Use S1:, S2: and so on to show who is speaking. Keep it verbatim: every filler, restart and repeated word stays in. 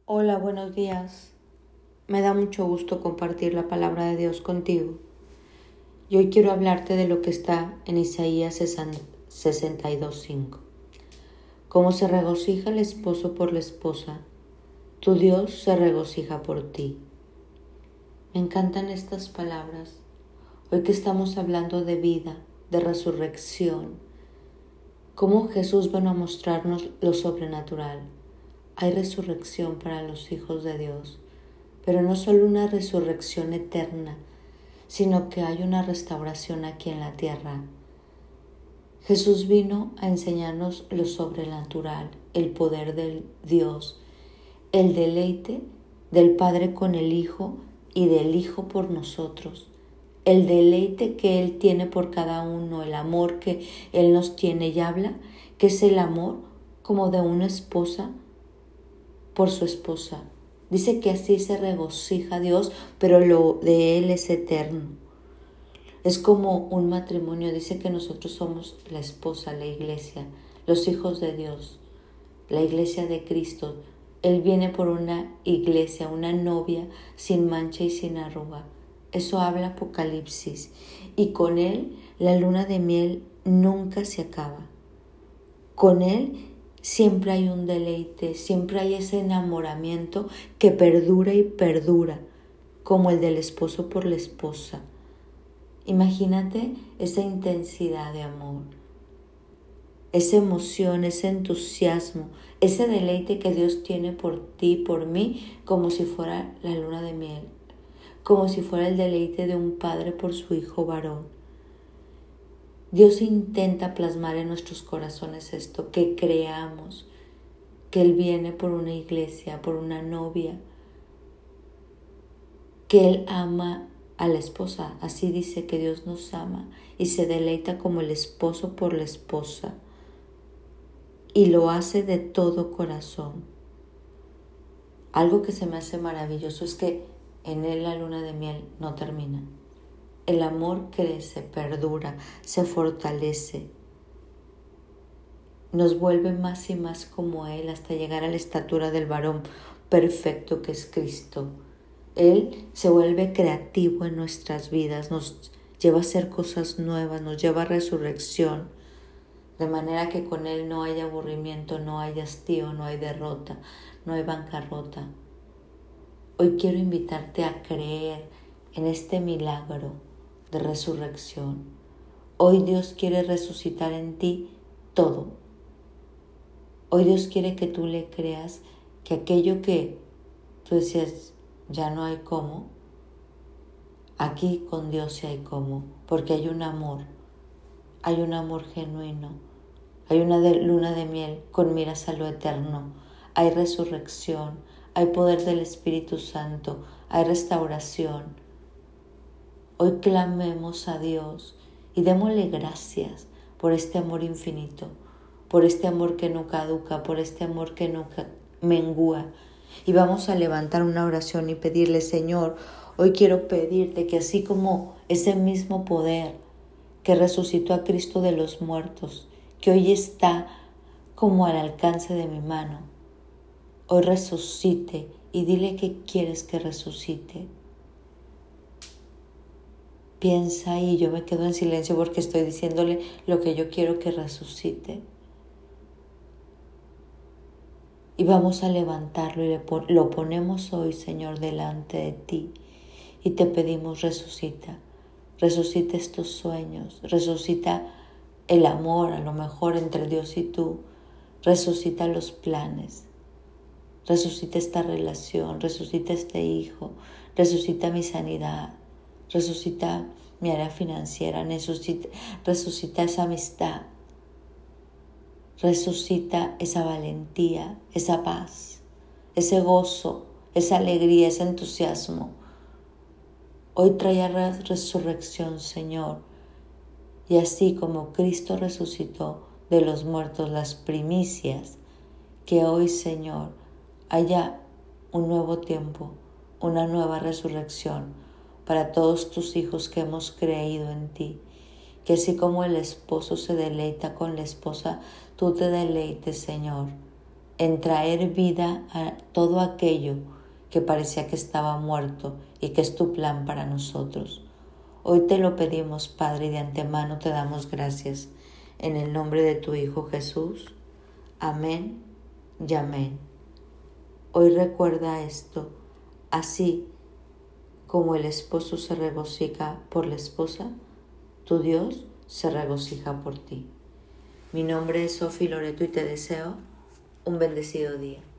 S1: Hola, buenos días. Me da mucho gusto compartir la palabra de Dios contigo. Y hoy quiero hablarte de lo que está en Isaías sesenta y dos cinco. Como se regocija el esposo por la esposa, tu Dios se regocija por ti. Me encantan estas palabras. Hoy que estamos hablando de vida, de resurrección, cómo Jesús vino a mostrarnos lo sobrenatural. Hay resurrección para los hijos de Dios, pero no solo una resurrección eterna, sino que hay una restauración aquí en la tierra. Jesús vino a enseñarnos lo sobrenatural, el poder del Dios, el deleite del Padre con el Hijo y del Hijo por nosotros, el deleite que Él tiene por cada uno, el amor que Él nos tiene y habla, que es el amor como de una esposa por su esposa. Dice que así se regocija Dios, pero lo de Él es eterno. Es como un matrimonio. Dice que nosotros somos la esposa, la iglesia, los hijos de Dios, la iglesia de Cristo. Él viene por una iglesia, una novia sin mancha y sin arruga. Eso habla Apocalipsis. Y con Él la luna de miel nunca se acaba. Con Él siempre hay un deleite, siempre hay ese enamoramiento que perdura y perdura, como el del esposo por la esposa. Imagínate esa intensidad de amor, esa emoción, ese entusiasmo, ese deleite que Dios tiene por ti, por mí, como si fuera la luna de miel, como si fuera el deleite de un padre por su hijo varón. Dios intenta plasmar en nuestros corazones esto, que creamos que Él viene por una iglesia, por una novia, que Él ama a la esposa. Así dice que Dios nos ama y se deleita como el esposo por la esposa, y lo hace de todo corazón. Algo que se me hace maravilloso es que en Él la luna de miel no termina. El amor crece, perdura, se fortalece. Nos vuelve más y más como Él hasta llegar a la estatura del varón perfecto que es Cristo. Él se vuelve creativo en nuestras vidas, nos lleva a hacer cosas nuevas, nos lleva a resurrección, de manera que con Él no hay aburrimiento, no hay hastío, no hay derrota, no hay bancarrota. Hoy quiero invitarte a creer en este milagro de resurrección. Hoy Dios quiere resucitar en ti todo. Hoy Dios quiere que tú le creas que aquello que tú decías, ya no hay cómo, aquí con Dios sí hay cómo, porque hay un amor, hay un amor genuino, hay una de, luna de miel con miras a lo eterno, hay resurrección, hay poder del Espíritu Santo, hay restauración. Hoy clamemos a Dios y démosle gracias por este amor infinito, por este amor que no caduca, por este amor que no mengúa. Y vamos a levantar una oración y pedirle, Señor, hoy quiero pedirte que así como ese mismo poder que resucitó a Cristo de los muertos, que hoy está como al alcance de mi mano, hoy resucite, y dile que quieres que resucite. Piensa y yo me quedo en silencio porque estoy diciéndole lo que yo quiero que resucite. Y vamos a levantarlo y lo ponemos hoy, Señor, delante de ti. Y te pedimos, resucita. Resucita estos sueños. Resucita el amor, a lo mejor, entre Dios y tú. Resucita los planes. Resucita esta relación. Resucita este hijo. Resucita mi sanidad. Resucita mi área financiera. Resucita, resucita esa amistad. Resucita esa valentía, esa paz, ese gozo, esa alegría, ese entusiasmo. Hoy trae resurrección, Señor. Y así como Cristo resucitó de los muertos, las primicias, que hoy, Señor, haya un nuevo tiempo, una nueva resurrección para todos tus hijos que hemos creído en ti. Que así como el esposo se deleita con la esposa, tú te deleites, Señor, en traer vida a todo aquello que parecía que estaba muerto y que es tu plan para nosotros. Hoy te lo pedimos, Padre, y de antemano te damos gracias. En el nombre de tu Hijo Jesús. Amén y amén. Hoy recuerda esto, así como el esposo se regocija por la esposa, tu Dios se regocija por ti. Mi nombre es Sofi Loreto y te deseo un bendecido día.